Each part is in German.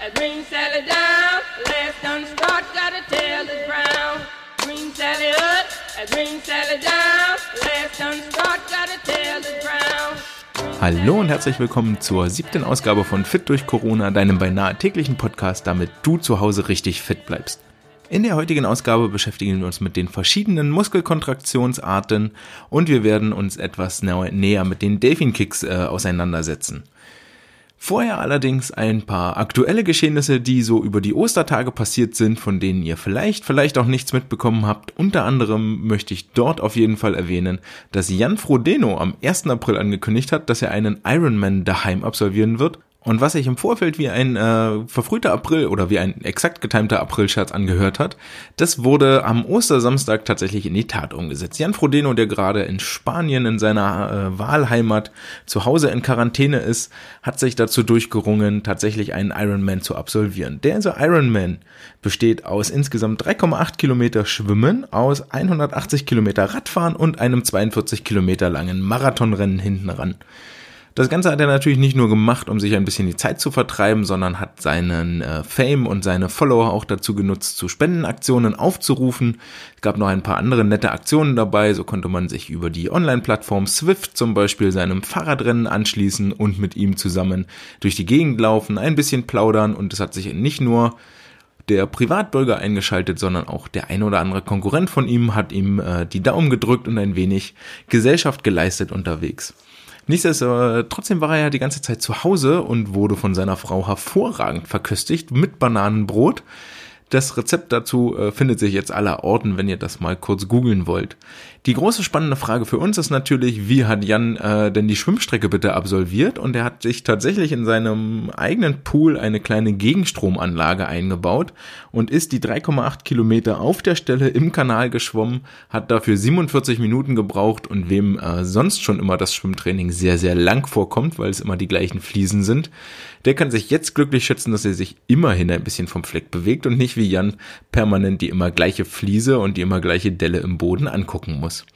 Green Sally down, last done start, got a tail that's brown. Green Sally up, Green Sally down, last done start, got a tail that's brown. Hallo und herzlich willkommen zur 7. Ausgabe von Fit durch Corona, deinem beinahe täglichen Podcast, damit du zu Hause richtig fit bleibst. In der heutigen Ausgabe beschäftigen wir uns mit den verschiedenen Muskelkontraktionsarten und wir werden uns etwas näher mit den Delfin Kicks auseinandersetzen. Vorher allerdings ein paar aktuelle Geschehnisse, die so über die Ostertage passiert sind, von denen ihr vielleicht auch nichts mitbekommen habt. Unter anderem möchte ich dort auf jeden Fall erwähnen, dass Jan Frodeno am 1. April angekündigt hat, dass er einen Ironman daheim absolvieren wird. Und was sich im Vorfeld wie ein verfrühter April oder wie ein exakt getimter Aprilscherz angehört hat, das wurde am Ostersamstag tatsächlich in die Tat umgesetzt. Jan Frodeno, der gerade in Spanien in seiner Wahlheimat zu Hause in Quarantäne ist, hat sich dazu durchgerungen, tatsächlich einen Ironman zu absolvieren. Der Ironman besteht aus insgesamt 3,8 Kilometer Schwimmen, aus 180 Kilometer Radfahren und einem 42 Kilometer langen Marathonrennen hinten ran. Das Ganze hat er natürlich nicht nur gemacht, um sich ein bisschen die Zeit zu vertreiben, sondern hat seinen Fame und seine Follower auch dazu genutzt, zu Spendenaktionen aufzurufen. Es gab noch ein paar andere nette Aktionen dabei, so konnte man sich über die Online-Plattform Swift zum Beispiel seinem Fahrradrennen anschließen und mit ihm zusammen durch die Gegend laufen, ein bisschen plaudern, und es hat sich nicht nur der Privatbürger eingeschaltet, sondern auch der ein oder andere Konkurrent von ihm hat ihm die Daumen gedrückt und ein wenig Gesellschaft geleistet unterwegs. Nichtsdestotrotz, trotzdem war er ja die ganze Zeit zu Hause und wurde von seiner Frau hervorragend verköstigt mit Bananenbrot. Das Rezept dazu findet sich jetzt allerorten, wenn ihr das mal kurz googeln wollt. Die große spannende Frage für uns ist natürlich, wie hat Jan denn die Schwimmstrecke bitte absolviert? Und er hat sich tatsächlich in seinem eigenen Pool eine kleine Gegenstromanlage eingebaut und ist die 3,8 Kilometer auf der Stelle im Kanal geschwommen, hat dafür 47 Minuten gebraucht, und wem sonst schon immer das Schwimmtraining sehr, sehr lang vorkommt, weil es immer die gleichen Fliesen sind, der kann sich jetzt glücklich schätzen, dass er sich immerhin ein bisschen vom Fleck bewegt und nicht wie Jan permanent die immer gleiche Fliese und die immer gleiche Delle im Boden angucken muss.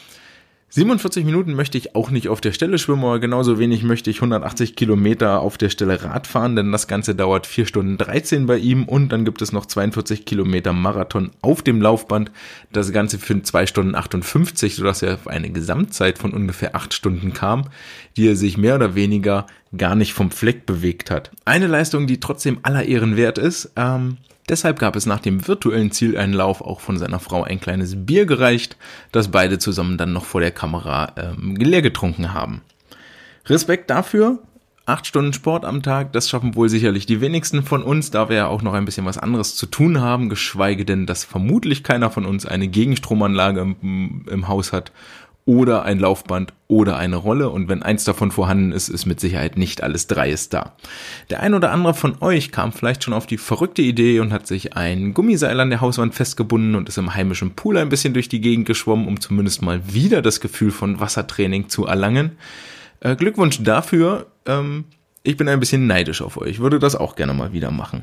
47 Minuten möchte ich auch nicht auf der Stelle schwimmen, aber genauso wenig möchte ich 180 Kilometer auf der Stelle Rad fahren, denn das Ganze dauert 4 Stunden 13 bei ihm, und dann gibt es noch 42 Kilometer Marathon auf dem Laufband. Das Ganze für 2 Stunden 58, sodass er auf eine Gesamtzeit von ungefähr 8 Stunden kam, die er sich mehr oder weniger gar nicht vom Fleck bewegt hat. Eine Leistung, die trotzdem aller Ehren wert ist. Deshalb gab es nach dem virtuellen Zieleinlauf auch von seiner Frau ein kleines Bier gereicht, das beide zusammen dann noch vor der Kamera leer getrunken haben. Respekt dafür. 8 Stunden Sport am Tag, das schaffen wohl sicherlich die wenigsten von uns, da wir ja auch noch ein bisschen was anderes zu tun haben, geschweige denn, dass vermutlich keiner von uns eine Gegenstromanlage im Haus hat oder ein Laufband oder eine Rolle, und wenn eins davon vorhanden ist, ist mit Sicherheit nicht alles Dreies da. Der ein oder andere von euch kam vielleicht schon auf die verrückte Idee und hat sich ein Gummiseil an der Hauswand festgebunden und ist im heimischen Pool ein bisschen durch die Gegend geschwommen, um zumindest mal wieder das Gefühl von Wassertraining zu erlangen. Glückwunsch dafür. Ich bin ein bisschen neidisch auf euch, würde das auch gerne mal wieder machen.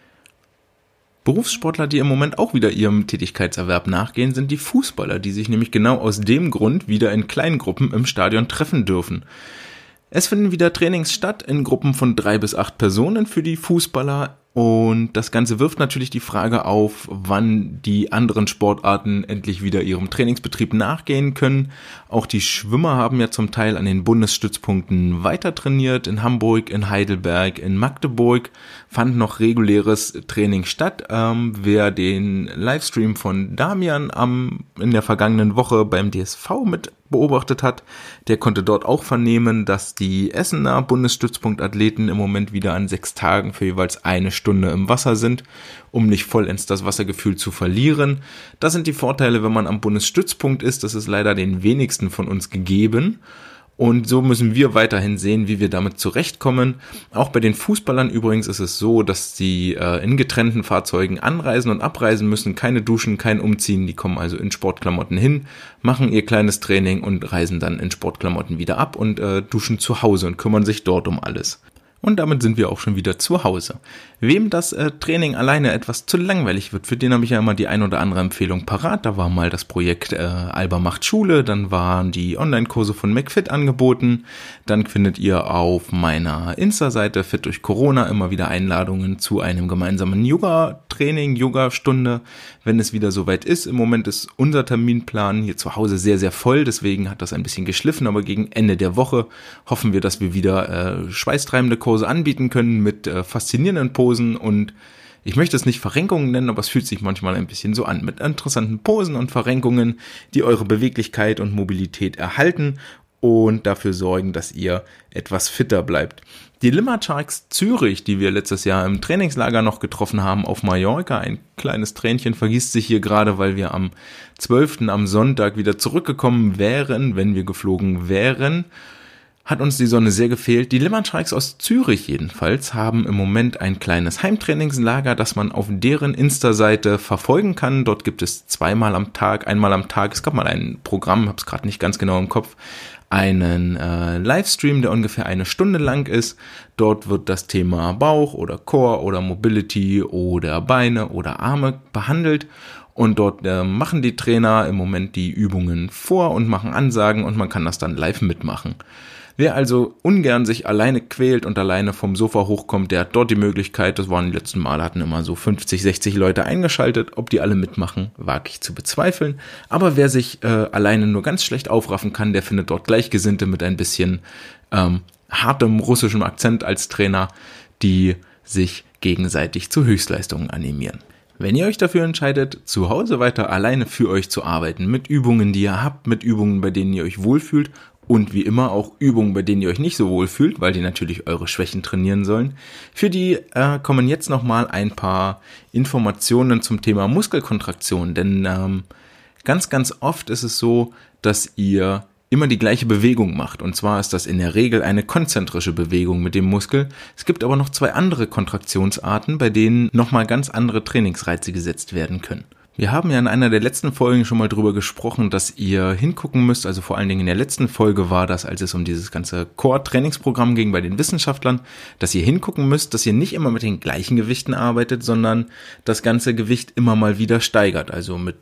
Berufssportler, die im Moment auch wieder ihrem Tätigkeitserwerb nachgehen, sind die Fußballer, die sich nämlich genau aus dem Grund wieder in Kleingruppen im Stadion treffen dürfen. Es finden wieder Trainings statt in Gruppen von 3 bis 8 Personen für die Fußballer, und das Ganze wirft natürlich die Frage auf, wann die anderen Sportarten endlich wieder ihrem Trainingsbetrieb nachgehen können. Auch die Schwimmer haben ja zum Teil an den Bundesstützpunkten weiter trainiert. In Hamburg, in Heidelberg, in Magdeburg fand noch reguläres Training statt. Wer den Livestream von Damian in der vergangenen Woche beim DSV mit beobachtet hat, der konnte dort auch vernehmen, dass die Essener Bundesstützpunktathleten im Moment wieder an 6 Tagen für jeweils 1 Stunde im Wasser sind, um nicht vollends das Wassergefühl zu verlieren. Das sind die Vorteile, wenn man am Bundesstützpunkt ist. Das ist leider den wenigsten von uns gegeben. Und so müssen wir weiterhin sehen, wie wir damit zurechtkommen. Auch bei den Fußballern übrigens ist es so, dass sie in getrennten Fahrzeugen anreisen und abreisen müssen. Keine Duschen, kein Umziehen. Die kommen also in Sportklamotten hin, machen ihr kleines Training und reisen dann in Sportklamotten wieder ab und duschen zu Hause und kümmern sich dort um alles. Und damit sind wir auch schon wieder zu Hause. Wem das Training alleine etwas zu langweilig wird, für den habe ich ja immer die ein oder andere Empfehlung parat. Da war mal das Projekt Alba macht Schule, dann waren die Online-Kurse von McFit angeboten. Dann findet ihr auf meiner Insta-Seite Fit durch Corona immer wieder Einladungen zu einem gemeinsamen Yoga-Training, Yoga-Stunde, wenn es wieder soweit ist. Im Moment ist unser Terminplan hier zu Hause sehr, sehr voll, deswegen hat das ein bisschen geschliffen, aber gegen Ende der Woche hoffen wir, dass wir wieder schweißtreibende Kurse anbieten können mit faszinierenden Posen und ich möchte es nicht Verrenkungen nennen, aber es fühlt sich manchmal ein bisschen so an, mit interessanten Posen und Verrenkungen, die eure Beweglichkeit und Mobilität erhalten und dafür sorgen, dass ihr etwas fitter bleibt. Die Limmat Sharks Zürich, die wir letztes Jahr im Trainingslager noch getroffen haben auf Mallorca, ein kleines Tränchen vergießt sich hier gerade, weil wir am 12. am Sonntag wieder zurückgekommen wären, wenn wir geflogen wären, hat uns die Sonne sehr gefehlt. Die Limmat Sharks aus Zürich jedenfalls haben im Moment ein kleines Heimtrainingslager, das man auf deren Insta-Seite verfolgen kann. Dort gibt es einmal am Tag, es gab mal ein Programm, habe es gerade nicht ganz genau im Kopf, einen Livestream, der ungefähr 1 Stunde lang ist. Dort wird das Thema Bauch oder Core oder Mobility oder Beine oder Arme behandelt. Und dort machen die Trainer im Moment die Übungen vor und machen Ansagen und man kann das dann live mitmachen. Wer also ungern sich alleine quält und alleine vom Sofa hochkommt, der hat dort die Möglichkeit, das waren die letzten Male, hatten immer so 50, 60 Leute eingeschaltet. Ob die alle mitmachen, wage ich zu bezweifeln. Aber wer sich alleine nur ganz schlecht aufraffen kann, der findet dort Gleichgesinnte mit ein bisschen hartem russischem Akzent als Trainer, die sich gegenseitig zu Höchstleistungen animieren. Wenn ihr euch dafür entscheidet, zu Hause weiter alleine für euch zu arbeiten, mit Übungen, die ihr habt, mit Übungen, bei denen ihr euch wohlfühlt und wie immer auch Übungen, bei denen ihr euch nicht so wohl fühlt, weil die natürlich eure Schwächen trainieren sollen. Für die kommen jetzt nochmal ein paar Informationen zum Thema Muskelkontraktion, denn ganz, ganz oft ist es so, dass ihr immer die gleiche Bewegung macht und zwar ist das in der Regel eine konzentrische Bewegung mit dem Muskel. Es gibt aber noch 2 andere Kontraktionsarten, bei denen nochmal ganz andere Trainingsreize gesetzt werden können. Wir haben ja in einer der letzten Folgen schon mal drüber gesprochen, dass ihr hingucken müsst, also vor allen Dingen in der letzten Folge war das, als es um dieses ganze Core-Trainingsprogramm ging bei denWissenschaftlern, dass ihr hingucken müsst, dass ihr nicht immer mit den gleichen Gewichten arbeitet, sondern das ganze Gewicht immer mal wieder steigert, also mit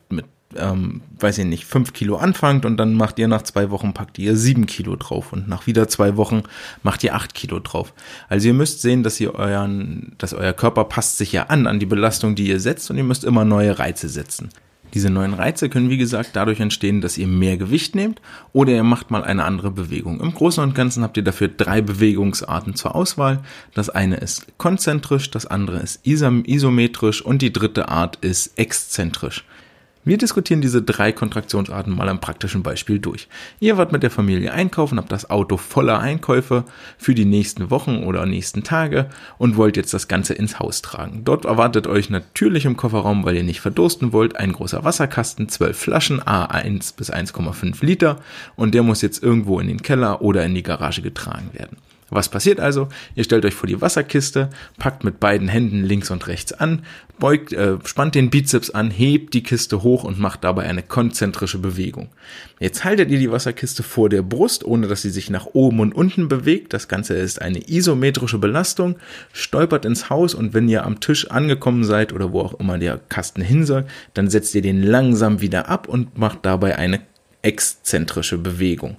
5 Kilo anfangt und dann macht ihr nach 2 Wochen, packt ihr 7 Kilo drauf und nach wieder 2 Wochen macht ihr 8 Kilo drauf. Also ihr müsst sehen, dass euer Körper passt sich ja an die Belastung, die ihr setzt und ihr müsst immer neue Reize setzen. Diese neuen Reize können, wie gesagt, dadurch entstehen, dass ihr mehr Gewicht nehmt oder ihr macht mal eine andere Bewegung. Im Großen und Ganzen habt ihr dafür 3 Bewegungsarten zur Auswahl. Das eine ist konzentrisch, das andere ist isometrisch und die dritte Art ist exzentrisch. Wir diskutieren diese 3 Kontraktionsarten mal am praktischen Beispiel durch. Ihr wart mit der Familie einkaufen, habt das Auto voller Einkäufe für die nächsten Wochen oder nächsten Tage und wollt jetzt das Ganze ins Haus tragen. Dort erwartet euch natürlich im Kofferraum, weil ihr nicht verdursten wollt, ein großer Wasserkasten, 12 Flaschen, A1 bis 1,5 Liter und der muss jetzt irgendwo in den Keller oder in die Garage getragen werden. Was passiert also? Ihr stellt euch vor die Wasserkiste, packt mit beiden Händen links und rechts an, spannt den Bizeps an, hebt die Kiste hoch und macht dabei eine konzentrische Bewegung. Jetzt haltet ihr die Wasserkiste vor der Brust, ohne dass sie sich nach oben und unten bewegt. Das Ganze ist eine isometrische Belastung, stolpert ins Haus und wenn ihr am Tisch angekommen seid oder wo auch immer der Kasten hin soll, dann setzt ihr den langsam wieder ab und macht dabei eine exzentrische Bewegung.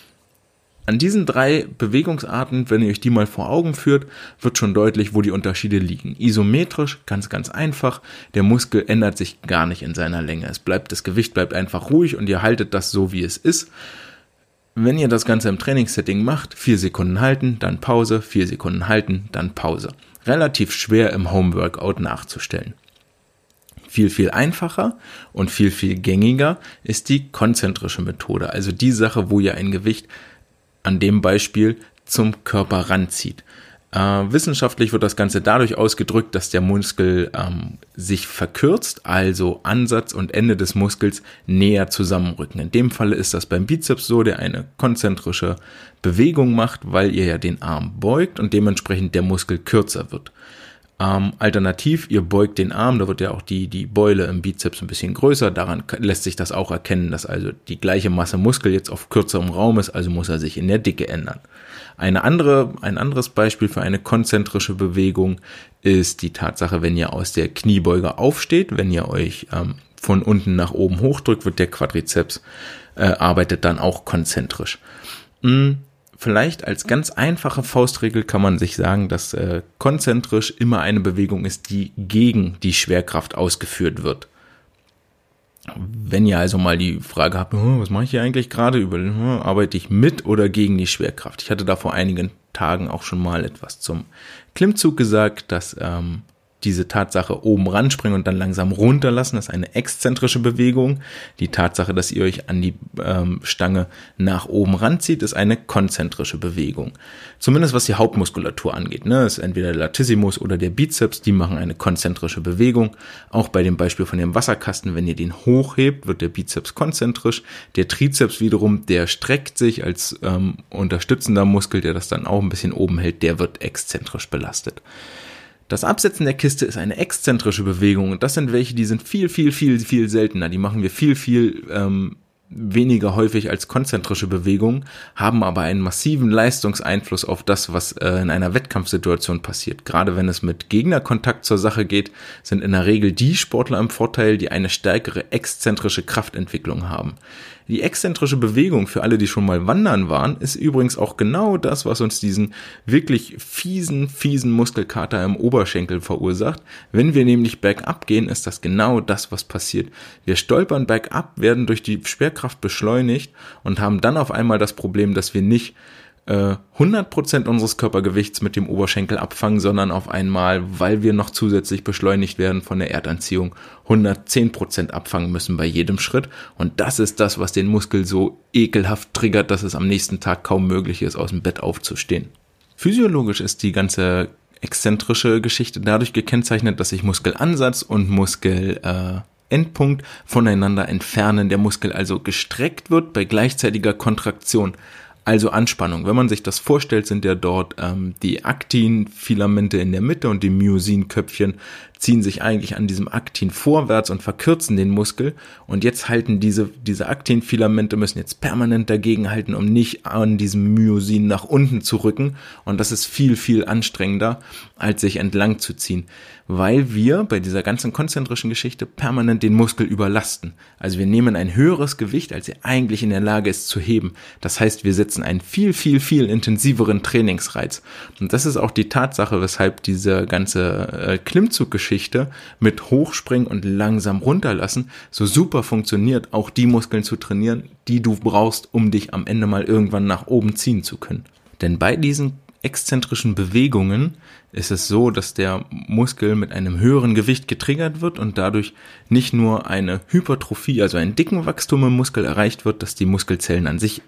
An diesen 3 Bewegungsarten, wenn ihr euch die mal vor Augen führt, wird schon deutlich, wo die Unterschiede liegen. Isometrisch, ganz, ganz einfach. Der Muskel ändert sich gar nicht in seiner Länge. Das Gewicht bleibt einfach ruhig und ihr haltet das so, wie es ist. Wenn ihr das Ganze im Trainingssetting macht, 4 Sekunden halten, dann Pause, 4 Sekunden halten, dann Pause. Relativ schwer im Homeworkout nachzustellen. Viel, viel einfacher und viel, viel gängiger ist die konzentrische Methode. Also die Sache, wo ihr ein Gewicht an dem Beispiel zum Körper ranzieht. Wissenschaftlich wird das Ganze dadurch ausgedrückt, dass der Muskel sich verkürzt, also Ansatz und Ende des Muskels näher zusammenrücken. In dem Falle ist das beim Bizeps so, der eine konzentrische Bewegung macht, weil ihr ja den Arm beugt und dementsprechend der Muskel kürzer wird. Alternativ, ihr beugt den Arm, da wird ja auch die Beule im Bizeps ein bisschen größer, daran lässt sich das auch erkennen, dass also die gleiche Masse Muskel jetzt auf kürzerem Raum ist, also muss er sich in der Dicke ändern. Ein anderes Beispiel für eine konzentrische Bewegung ist die Tatsache, wenn ihr aus der Kniebeuge aufsteht, wenn ihr euch von unten nach oben hochdrückt, wird der Quadrizeps arbeitet dann auch konzentrisch. Vielleicht als ganz einfache Faustregel kann man sich sagen, dass konzentrisch immer eine Bewegung ist, die gegen die Schwerkraft ausgeführt wird. Wenn ihr also mal die Frage habt, was mache ich hier eigentlich gerade, arbeite ich mit oder gegen die Schwerkraft? Ich hatte da vor einigen Tagen auch schon mal etwas zum Klimmzug gesagt, dass diese Tatsache oben ranspringen und dann langsam runterlassen, das ist eine exzentrische Bewegung. Die Tatsache, dass ihr euch an die Stange nach oben ranzieht, ist eine konzentrische Bewegung. Zumindest was die Hauptmuskulatur angeht, ne, ist entweder der Latissimus oder der Bizeps, die machen eine konzentrische Bewegung. Auch bei dem Beispiel von dem Wasserkasten, wenn ihr den hochhebt, wird der Bizeps konzentrisch. Der Trizeps wiederum, der streckt sich als unterstützender Muskel, der das dann auch ein bisschen oben hält, der wird exzentrisch belastet. Das Absetzen der Kiste ist eine exzentrische Bewegung und das sind welche, die sind viel seltener. Die machen wir viel weniger häufig als konzentrische Bewegungen, haben aber einen massiven Leistungseinfluss auf das, was in einer Wettkampfsituation passiert. Gerade wenn es mit Gegnerkontakt zur Sache geht, sind in der Regel die Sportler im Vorteil, die eine stärkere exzentrische Kraftentwicklung haben. Die exzentrische Bewegung, für alle, die schon mal wandern waren, ist übrigens auch genau das, was uns diesen wirklich fiesen Muskelkater im Oberschenkel verursacht. Wenn wir nämlich bergab gehen, ist das genau das, was passiert. Wir stolpern bergab, werden durch die Schwerkraft beschleunigt und haben dann auf einmal das Problem, dass wir nicht 100% unseres Körpergewichts mit dem Oberschenkel abfangen, sondern auf einmal, weil wir noch zusätzlich beschleunigt werden von der Erdanziehung, 110% abfangen müssen bei jedem Schritt. Und das ist das, was den Muskel so ekelhaft triggert, dass es am nächsten Tag kaum möglich ist, aus dem Bett aufzustehen. Physiologisch ist die ganze exzentrische Geschichte dadurch gekennzeichnet, dass sich Muskelansatz und Muskelendpunkt voneinander entfernen, der Muskel also gestreckt wird bei gleichzeitiger Kontraktion. Also Anspannung. Wenn man sich das vorstellt, sind ja dort die Aktinfilamente in der Mitte und die Myosinköpfchen ziehen sich eigentlich an diesem Aktin vorwärts und verkürzen den Muskel. Und jetzt halten diese Aktinfilamente müssen jetzt permanent dagegen halten, um nicht an diesem Myosin nach unten zu rücken. Und das ist viel anstrengender, als sich entlang zu ziehen. Weil wir bei dieser ganzen konzentrischen Geschichte permanent den Muskel überlasten. Also wir nehmen ein höheres Gewicht, als er eigentlich in der Lage ist zu heben. Das heißt, wir setzen einen viel intensiveren Trainingsreiz. Und das ist auch die Tatsache, weshalb diese ganze Klimmzuggeschichte mit Hochspringen und langsam runterlassen so super funktioniert, auch die Muskeln zu trainieren, die du brauchst, um dich am Ende mal irgendwann nach oben ziehen zu können. Denn bei diesen exzentrischen Bewegungen ist es so, dass der Muskel mit einem höheren Gewicht getriggert wird und dadurch nicht nur eine Hypertrophie, also ein dicken Wachstum im Muskel erreicht wird, dass die Muskelzellen an sich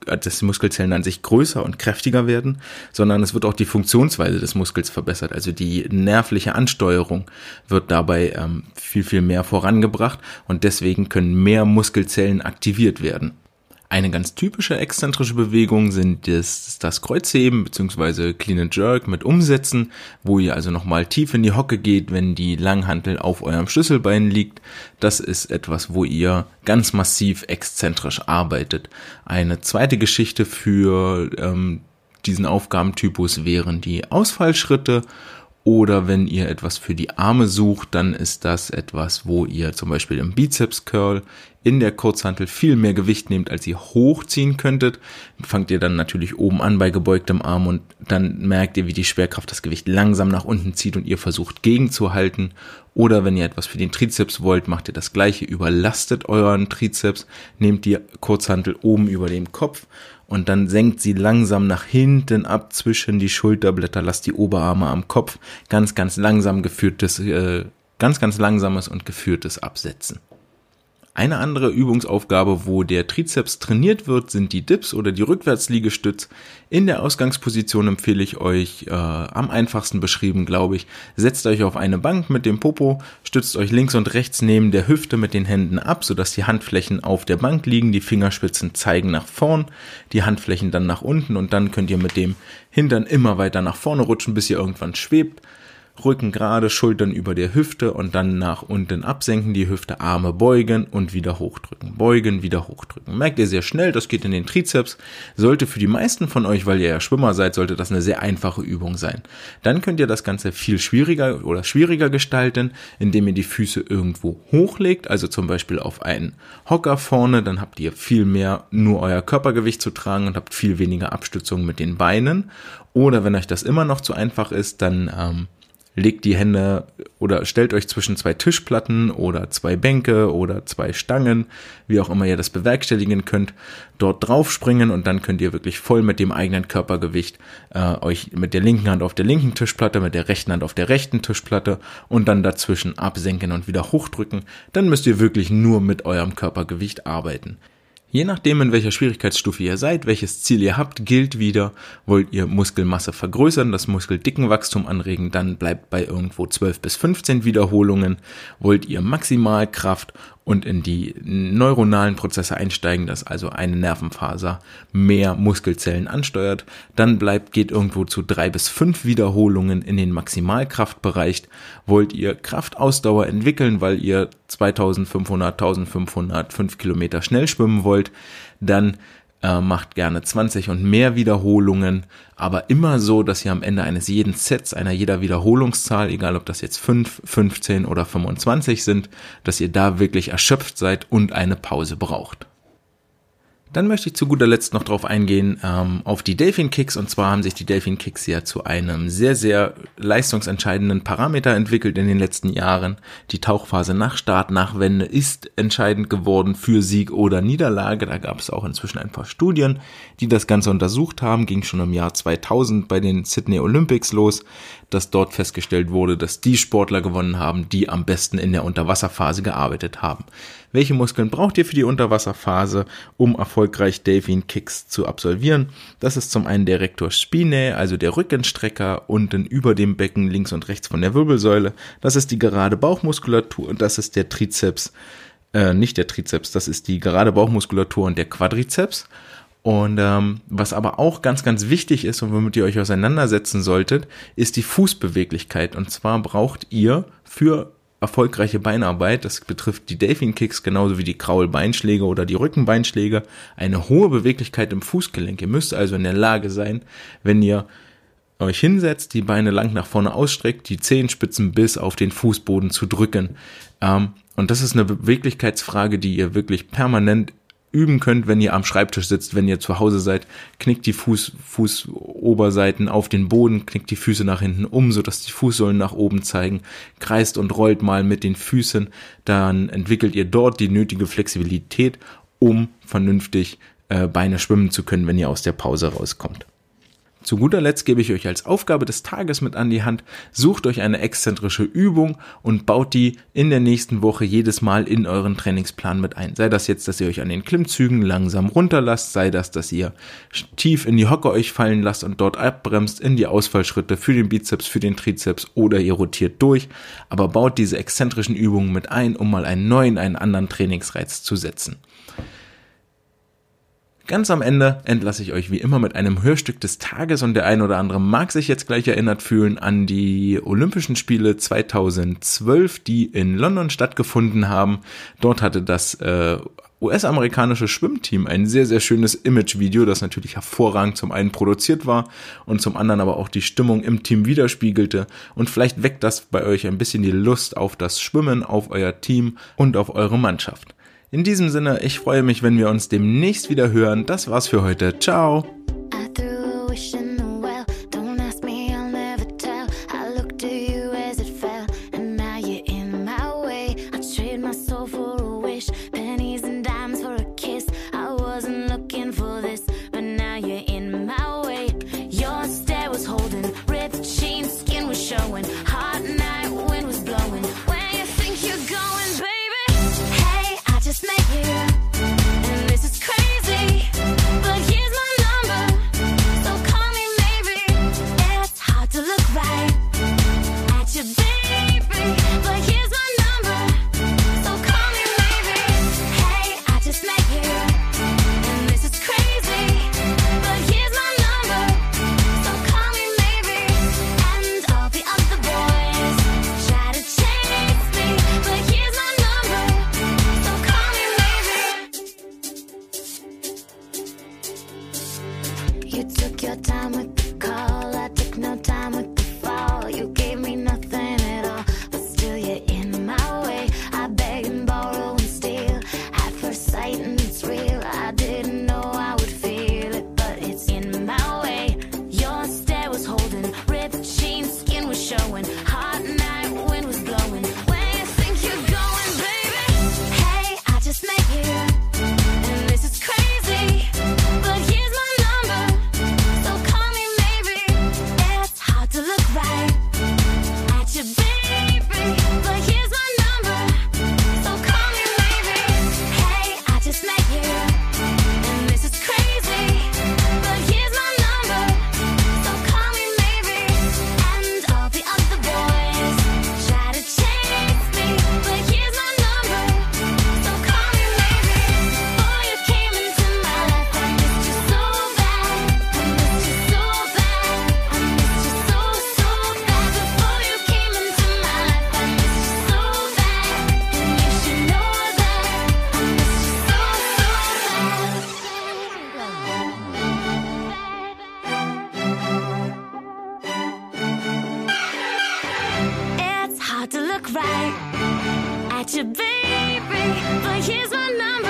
größer und kräftiger werden, sondern es wird auch die Funktionsweise des Muskels verbessert. Also die nervliche Ansteuerung wird dabei viel mehr vorangebracht und deswegen können mehr Muskelzellen aktiviert werden. Eine ganz typische exzentrische Bewegung sind das Kreuzheben bzw. Clean and Jerk mit Umsetzen, wo ihr also nochmal tief in die Hocke geht, wenn die Langhantel auf eurem Schlüsselbein liegt. Das ist etwas, wo ihr ganz massiv exzentrisch arbeitet. Eine zweite Geschichte für diesen Aufgabentypus wären die Ausfallschritte. Oder wenn ihr etwas für die Arme sucht, dann ist das etwas, wo ihr zum Beispiel im Bizeps-Curl in der Kurzhantel viel mehr Gewicht nehmt, als ihr hochziehen könntet. Fangt ihr dann natürlich oben an bei gebeugtem Arm und dann merkt ihr, wie die Schwerkraft das Gewicht langsam nach unten zieht und ihr versucht gegenzuhalten. Oder wenn ihr etwas für den Trizeps wollt, macht ihr das Gleiche, überlastet euren Trizeps, nehmt die Kurzhantel oben über dem Kopf und dann senkt sie langsam nach hinten ab zwischen die Schulterblätter, lasst die Oberarme am Kopf, ganz langsames und geführtes Absetzen. Eine andere Übungsaufgabe, wo der Trizeps trainiert wird, sind die Dips oder die Rückwärtsliegestütz. In der Ausgangsposition empfehle ich euch, am einfachsten beschrieben, glaube ich, setzt euch auf eine Bank mit dem Popo, stützt euch links und rechts neben der Hüfte mit den Händen ab, sodass die Handflächen auf der Bank liegen, die Fingerspitzen zeigen nach vorn, die Handflächen dann nach unten und dann könnt ihr mit dem Hintern immer weiter nach vorne rutschen, bis ihr irgendwann schwebt. Rücken gerade, Schultern über der Hüfte und dann nach unten absenken, die Hüfte, Arme beugen und wieder hochdrücken. Beugen, wieder hochdrücken. Merkt ihr sehr schnell, das geht in den Trizeps. Sollte für die meisten von euch, weil ihr ja Schwimmer seid, sollte das eine sehr einfache Übung sein. Dann könnt ihr das Ganze viel schwieriger gestalten, indem ihr die Füße irgendwo hochlegt, also zum Beispiel auf einen Hocker vorne, dann habt ihr viel mehr nur euer Körpergewicht zu tragen und habt viel weniger Abstützung mit den Beinen. Oder wenn euch das immer noch zu einfach ist, dann legt die Hände oder stellt euch zwischen 2 Tischplatten oder 2 Bänke oder 2 Stangen, wie auch immer ihr das bewerkstelligen könnt, dort drauf springen und dann könnt ihr wirklich voll mit dem eigenen Körpergewicht euch mit der linken Hand auf der linken Tischplatte, mit der rechten Hand auf der rechten Tischplatte und dann dazwischen absenken und wieder hochdrücken. Dann müsst ihr wirklich nur mit eurem Körpergewicht arbeiten. Je nachdem, in welcher Schwierigkeitsstufe ihr seid, welches Ziel ihr habt, gilt wieder, wollt ihr Muskelmasse vergrößern, das Muskeldickenwachstum anregen, dann bleibt bei irgendwo 12 bis 15 Wiederholungen. Wollt ihr Maximalkraft und in die neuronalen Prozesse einsteigen, dass also eine Nervenfaser mehr Muskelzellen ansteuert, dann geht irgendwo zu 3 bis 5 Wiederholungen in den Maximalkraftbereich. Wollt ihr Kraftausdauer entwickeln, weil ihr 2500, 1500, 5 Kilometer schnell schwimmen wollt, dann macht gerne 20 und mehr Wiederholungen, aber immer so, dass ihr am Ende eines jeden Sets, einer jeder Wiederholungszahl, egal ob das jetzt 5, 15 oder 25 sind, dass ihr da wirklich erschöpft seid und eine Pause braucht. Dann möchte ich zu guter Letzt noch drauf eingehen, auf die Delfin Kicks, und zwar haben sich die Delfin Kicks ja zu einem sehr, sehr leistungsentscheidenden Parameter entwickelt in den letzten Jahren. Die Tauchphase nach Start, nach Wende ist entscheidend geworden für Sieg oder Niederlage. Da gab es auch inzwischen ein paar Studien, die das Ganze untersucht haben. Ging schon im Jahr 2000 bei den Sydney Olympics los, dass dort festgestellt wurde, dass die Sportler gewonnen haben, die am besten in der Unterwasserphase gearbeitet haben. Welche Muskeln braucht ihr für die Unterwasserphase, um erfolgreich Delfin Kicks zu absolvieren? Das ist zum einen der Rector spinae, also der Rückenstrecker unten über dem Becken links und rechts von der Wirbelsäule. Das ist die gerade Bauchmuskulatur und das ist der Trizeps, das ist die gerade Bauchmuskulatur und der Quadrizeps. Und was aber auch ganz, ganz wichtig ist und womit ihr euch auseinandersetzen solltet, ist die Fußbeweglichkeit. Und zwar braucht ihr für erfolgreiche Beinarbeit, das betrifft die Delfin Kicks genauso wie die Kraulbeinschläge oder die Rückenbeinschläge, eine hohe Beweglichkeit im Fußgelenk. Ihr müsst also in der Lage sein, wenn ihr euch hinsetzt, die Beine lang nach vorne ausstreckt, die Zehenspitzen bis auf den Fußboden zu drücken. Und das ist eine Beweglichkeitsfrage, die ihr wirklich permanent üben könnt, wenn ihr am Schreibtisch sitzt, wenn ihr zu Hause seid, knickt die Fußoberseiten auf den Boden, knickt die Füße nach hinten um, sodass die Fußsohlen nach oben zeigen, kreist und rollt mal mit den Füßen, dann entwickelt ihr dort die nötige Flexibilität, um vernünftig Beine schwimmen zu können, wenn ihr aus der Pause rauskommt. Zu guter Letzt gebe ich euch als Aufgabe des Tages mit an die Hand, sucht euch eine exzentrische Übung und baut die in der nächsten Woche jedes Mal in euren Trainingsplan mit ein. Sei das jetzt, dass ihr euch an den Klimmzügen langsam runterlasst, sei das, dass ihr tief in die Hocke euch fallen lasst und dort abbremst in die Ausfallschritte für den Bizeps, für den Trizeps oder ihr rotiert durch, aber baut diese exzentrischen Übungen mit ein, um mal einen anderen Trainingsreiz zu setzen. Ganz am Ende entlasse ich euch wie immer mit einem Hörstück des Tages und der ein oder andere mag sich jetzt gleich erinnert fühlen an die Olympischen Spiele 2012, die in London stattgefunden haben. Dort hatte das US-amerikanische Schwimmteam ein sehr, sehr schönes Imagevideo, das natürlich hervorragend zum einen produziert war und zum anderen aber auch die Stimmung im Team widerspiegelte. Und vielleicht weckt das bei euch ein bisschen die Lust auf das Schwimmen, auf euer Team und auf eure Mannschaft. In diesem Sinne, ich freue mich, wenn wir uns demnächst wieder hören. Das war's für heute. Ciao! Just met you, and this is crazy, but here's my number. cry at your baby, but here's my number.